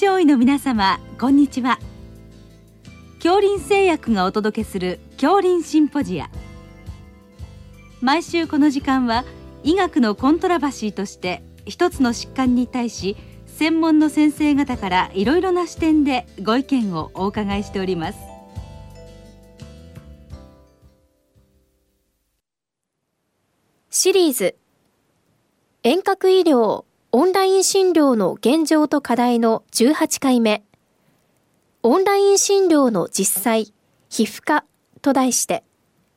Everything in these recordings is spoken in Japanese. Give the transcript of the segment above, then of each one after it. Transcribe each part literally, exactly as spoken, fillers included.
上位の皆様、こんにちは。杏林製薬がお届けする杏林シンポジア。毎週この時間は医学のコントラバシーとして一つの疾患に対し専門の先生方からいろいろな視点でご意見をお伺いしております。 シリーズ遠隔医療オンライン診療の現状と課題のじゅうはちかいめ、オンライン診療の実際皮膚科と題して、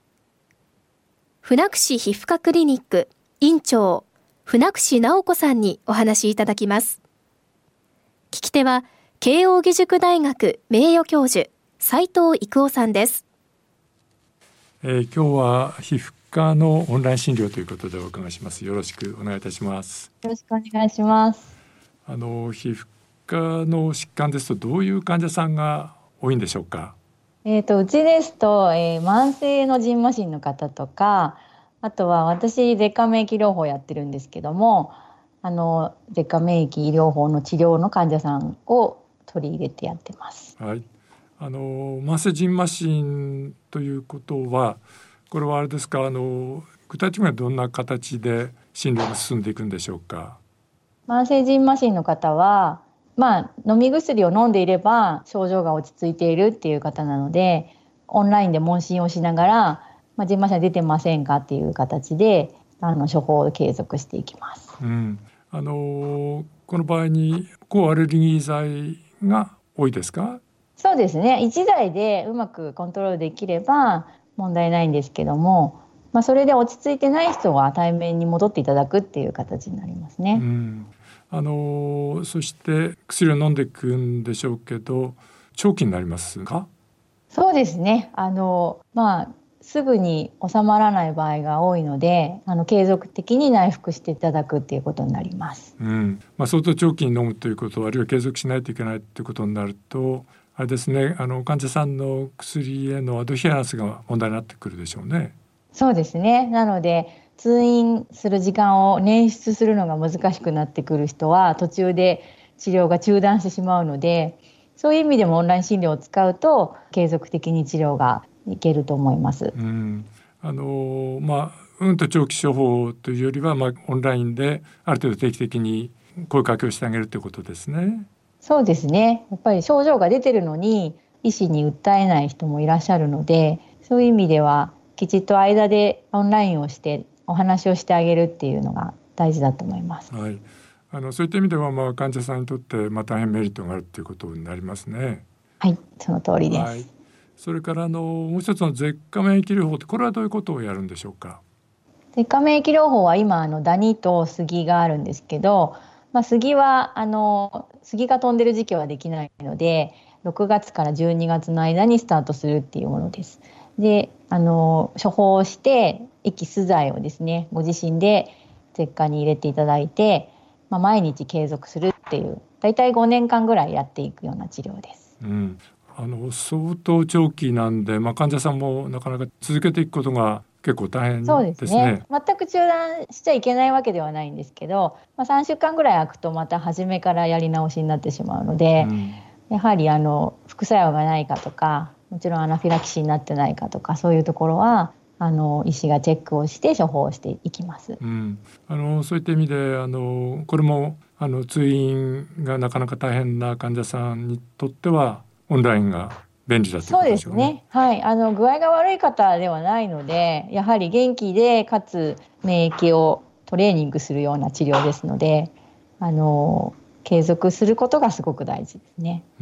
船串皮膚科クリニック院長船串直子さんにお話しいただきます。聞き手は慶應義塾大学名誉教授斉藤育夫さんです。 えー、今日は皮膚科のオンライン診療ということでお伺いします。よろしくお願いいたします。 よろしくお願いします。 あの皮膚科の疾患ですとどういう患者さんが多いんでしょうか。 えーと、うちですと、えー、慢性のじんましんの方とか、あとは私舌下免疫療法やってるんですけども、あの舌下免疫療法の治療の患者さんを取り入れてやってます。 はい、あの慢性じんましんということはこれはあれですか、あの具体的にはどんな形で診療が進んでいくんでしょうか。 慢性じんましんの方は、まあ、飲み薬を飲んでいれば症状が落ち着いているっていう方なので、オンラインで問診をしながら、まあ、じんましん出てませんかっていう形であの処方を継続していきます。 うん、あのこの場合に抗アレルギー剤が多いですか。 そうですね、いちだいでうまくコントロールできれば問題ないんですけども、まあ、それで落ち着いてない人は対面に戻っていただくっていう形になりますね。 うん、あのそして薬を飲んでいくんでしょうけど長期になりますか。 そうですね、あの、まあ、すぐに収まらない場合が多いので、あの継続的に内服していただくっていうことになります。 うんまあ、相当長期に飲むということ、あるいは継続しないといけないということになるとあれですね、あの患者さんの薬へのアドヒアランスが問題になってくるでしょうね。 そうですね、なので通院する時間を捻出するのが難しくなってくる人は途中で治療が中断してしまうので、そういう意味でもオンライン診療を使うと継続的に治療がいけると思います。 うんあのまあ、うんと長期処方というよりは、まあ、オンラインである程度定期的に声かけをしてあげるということですね。 そうですね、やっぱり症状が出てるのに医師に訴えない人もいらっしゃるので、そういう意味ではきちっと間でオンラインをしてお話をしてあげるっていうのが大事だと思います。 はい、あのそういった意味では、まあ、患者さんにとって、まあ、大変メリットがあるということになりますね。 はい、その通りです。はい、 それからあのもう一つの舌下免疫療法って、これはどういうことをやるんでしょうか。 舌下免疫療法は今あのダニと杉があるんですけど、まあ、杉はあの杉が飛んでる時期はできないのでろくがつからじゅうにがつの間にスタートするっていうものです。で、あの処方をして息吸剤をですね、ご自身で舌下に入れていただいて、まあ、毎日継続するっていう、だいたいごねんかんぐらいやっていくような治療です。 うん、あの相当長期なんで、まあ、患者さんもなかなか続けていくことが結構大変ですね。 そうですね、全く中断しちゃいけないわけではないんですけど、まあ、さんしゅうかんぐらい空くとまた初めからやり直しになってしまうので、うん、やはりあの副作用がないかとか、もちろんアナフィラキシーになってないかとか、そういうところはあの医師がチェックをして処方していきます。 うん、あのそういった意味であのこれもあの通院がなかなか大変な患者さんにとってはオンラインが便利だということでしょうね。 そうですね、はい、あの具合が悪い方ではないので、やはり元気でかつ免疫をトレーニングするような治療ですので、あの継続することがすごく大事ですね。 うん、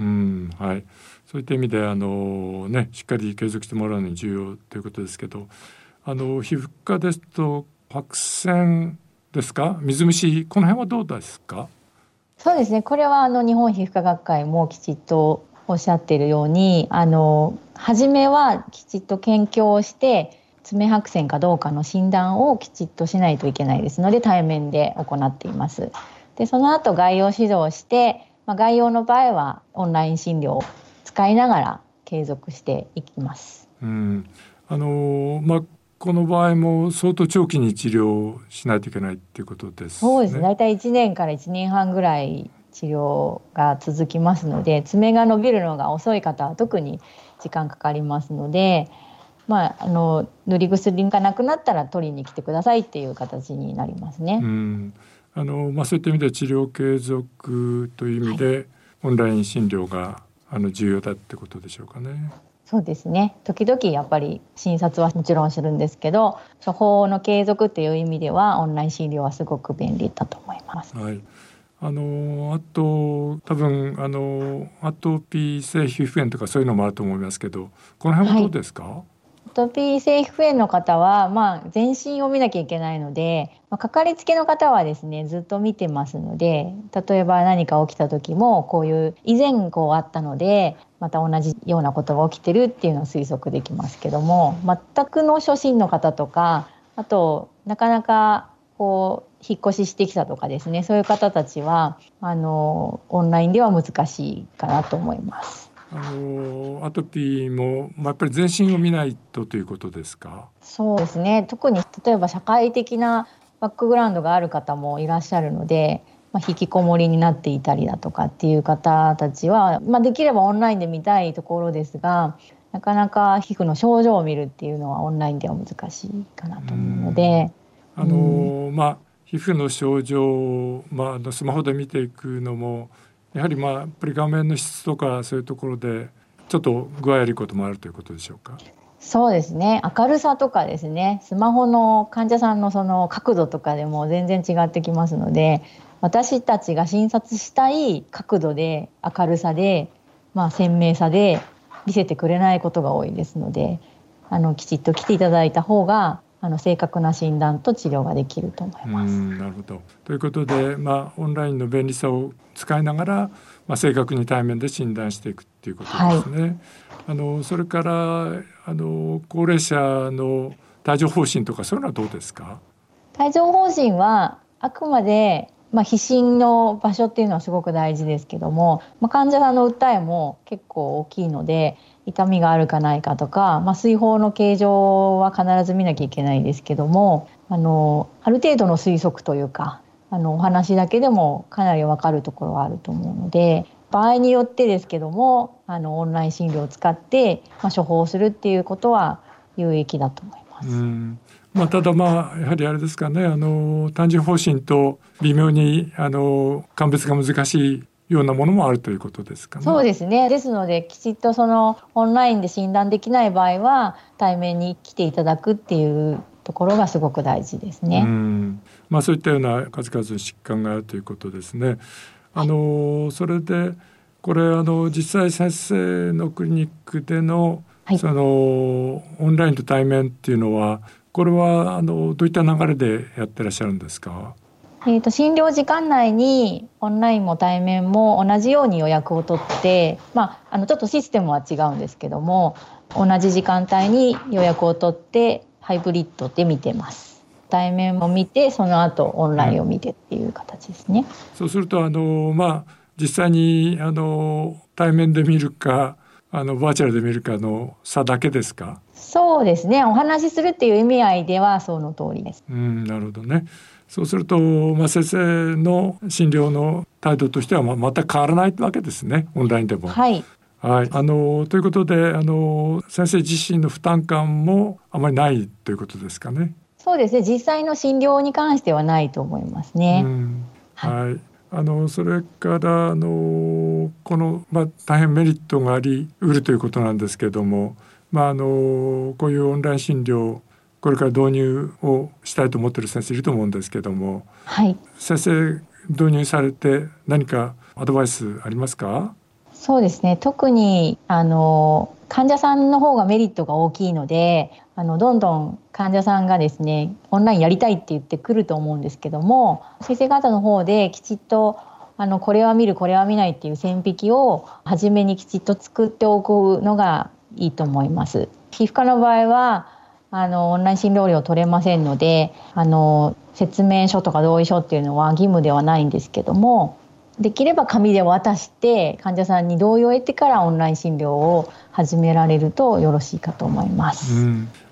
はい、そういった意味であの、ね、しっかり継続してもらうのに重要ということですけど、あの皮膚科ですと白癬ですか、水虫、この辺はどうですか。 そうですね、これはあの日本皮膚科学会もきちっとおっしゃっているように、あの初めはきちっと検挙をして爪白癬かどうかの診断をきちっとしないといけないですので、対面で行っています。でその後概要指導をして、まあ、概要の場合はオンライン診療を使いながら継続していきます。 うんあのまあ、この場合も相当長期に治療しないといけないっていうことですね。 そうですね、だいたいいちねんからいちねんはんぐらい治療が続きますので、爪が伸びるのが遅い方は特に時間かかりますので、まあ、あの塗り薬がなくなったら取りに来てくださいっていう形になりますね。 うん、あのまあ、そういった意味で治療継続という意味で、はい、オンライン診療があの重要だってことでしょうかね。 そうですね。時々やっぱり診察はもちろんするんですけど、処方の継続っていう意味ではオンライン診療はすごく便利だと思います。 はい、あのあと多分あのアトピー性皮膚炎とかそういうのもあると思いますけど、この辺はどうですか？はい、 アトピー性皮膚炎の方は、まあ、全身を見なきゃいけないので、まあ、かかりつけの方はですねずっと見てますので、例えば何か起きた時もこういう以前こうあったのでまた同じようなことが起きてるっていうのを推測できますけども、全くの初心の方とか、あとなかなかこう引っ越ししてきたとかですね、そういう方たちはあのオンラインでは難しいかなと思います。 あのアトピーも、まあ、やっぱり全身を見ないとということですか？ そうですね。特に例えば社会的なバックグラウンドがある方もいらっしゃるので、まあ、引きこもりになっていたりだとかっていう方たちは、まあ、できればオンラインで見たいところですが、なかなか皮膚の症状を見るっていうのはオンラインでは難しいかなと思うので、 あの、まあ、皮膚の症状を、まあ、スマホで見ていくのもやはり、まあ、やっぱり画面の質とかそういうところでちょっと具合悪いこともあるということでしょうか？ そうですね。明るさとかですね、スマホの患者さんのその角度とかでも全然違ってきますので、私たちが診察したい角度で明るさで、まあ、鮮明さで見せてくれないことが多いですので、あのきちっと来ていただいた方があの正確な診断と治療ができると思います。 うん、なるほど。ということで、まあ、オンラインの便利さを使いながら、まあ、正確に対面で診断していくっていうことですね。はい、あのそれからあの高齢者の帯状疱疹とかそういうのはどうですか？ 帯状疱疹はあくまでまあ、皮疹の場所っていうのはすごく大事ですけども、まあ、患者さんの訴えも結構大きいので、痛みがあるかないかとか、まあ、水疱の形状は必ず見なきゃいけないですけども、あのある程度の推測というか、あのお話だけでもかなり分かるところはあると思うので、場合によってですけどもあのオンライン診療を使って、まあ、処方するっていうことは有益だと思います。 うん、まあ、ただまあやはりあれですかね、あの帯状疱疹と微妙にあの鑑別が難しいようなものもあるということですかね。 そうですね。ですのできちっとそのオンラインで診断できない場合は対面に来ていただくっていうところがすごく大事ですね。 うん、まあ、そういったような数々の疾患があるということですね。あのそれでこれあの実際先生のクリニックでの、はい、そのオンラインと対面っていうのはこれはあのどういった流れでやってらっしゃるんですか？ えーと、診療時間内にオンラインも対面も同じように予約を取って、まあ、あのちょっとシステムは違うんですけども、同じ時間帯に予約を取ってハイブリッドで見てます。対面も見てその後オンラインを見てっていう形ですね。うん、 そうするとあの、まあ、実際にあの対面で見るかあのバーチャルで見るかの差だけですか？ そうですね。お話しするっていう意味合いではその通りです。 うん、なるほどね。そうすると、まあ、先生の診療の態度としてはまた変わらないわけですね、オンラインでも。 はい、 はい、あのということであの先生自身の負担感もあまりないということですかね。 そうですね。実際の診療に関してはないと思いますね。 うん、はい、あのそれからあのこの、まあ、大変メリットがありうるということなんですけれども、まあ、あのこういうオンライン診療これから導入をしたいと思っている先生いると思うんですけども、 はい、 先生導入されて何かアドバイスありますか？ そうですね。特にあの患者さんの方がメリットが大きいので、あのどんどん患者さんがですねオンラインやりたいって言ってくると思うんですけども、先生方の方できちっとあのこれは見るこれは見ないっていう線引きを初めにきちっと作っておくのがいいと思います。皮膚科の場合はあのオンライン診療料取れませんので、あの説明書とか同意書っていうのは義務ではないんですけども、できれば紙で渡して患者さんに同意を得てからオンライン診療を始められるとよろしいかと思います。 うん、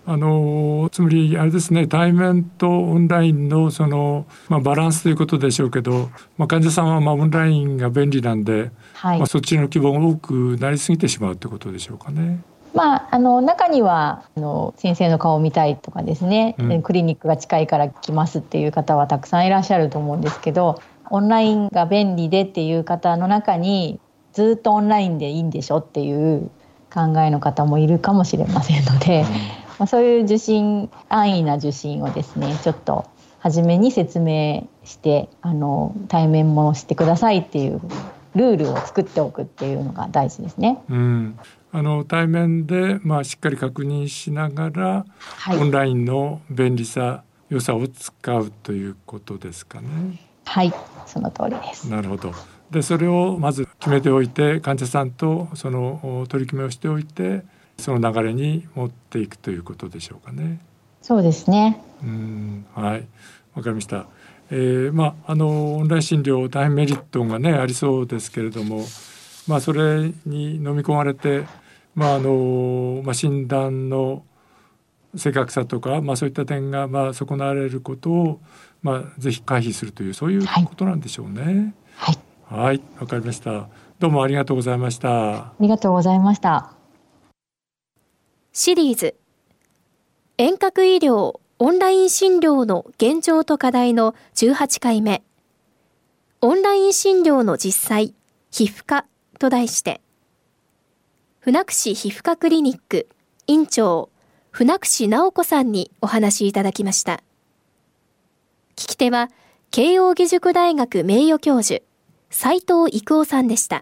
あのつまりあれですね、対面とオンラインのその、まあ、バランスということでしょうけど、まあ、患者さんはまあオンラインが便利なんで、はい、まあ、そっちの希望が多くなりすぎてしまうということでしょうかね。 まあ、あの中にはあの先生の顔を見たいとかですね、うん、クリニックが近いから来ますっていう方はたくさんいらっしゃると思うんですけど、オンラインが便利でっていう方の中にずっとオンラインでいいんでしょっていう考えの方もいるかもしれませんので、うん、まあ、そういう受診、安易な受診をですねちょっと初めに説明してあの対面もしてくださいっていうルールを作っておくっていうのが大事ですね。 うん、あの対面で、まあ、しっかり確認しながら、はい、オンラインの便利さ良さを使うということですかね。 はい、その通りです。 なるほど。でそれをまず決めておいて、患者さんとその取り決めをしておいて、その流れに持っていくということでしょうかね。 そうですね。 うん、はい、わかりました。えーまあ、あのオンライン診療大変メリットが、ね、ありそうですけれども、まあ、それに飲み込まれて、まああのまあ、診断の正確さとか、まあ、そういった点が、まあ、損なわれることを、まあ、ぜひ回避するという、そういうことなんでしょうね。 はい、 はい、わかりました。どうもありがとうございました。 ありがとうございました。 シリーズ遠隔医療オンライン診療の現状と課題のじゅうはちかいめ、オンライン診療の実際皮膚科と題して、船串皮膚科クリニック院長船串直子さんにお話しいただきました。聞き手は慶應義塾大学名誉教授斉藤育夫さんでした。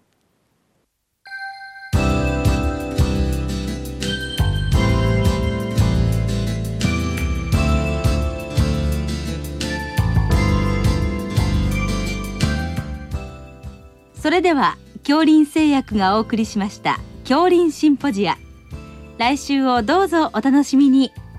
それでは杏林製薬がお送りしました杏林シンポジア、来週をどうぞお楽しみに。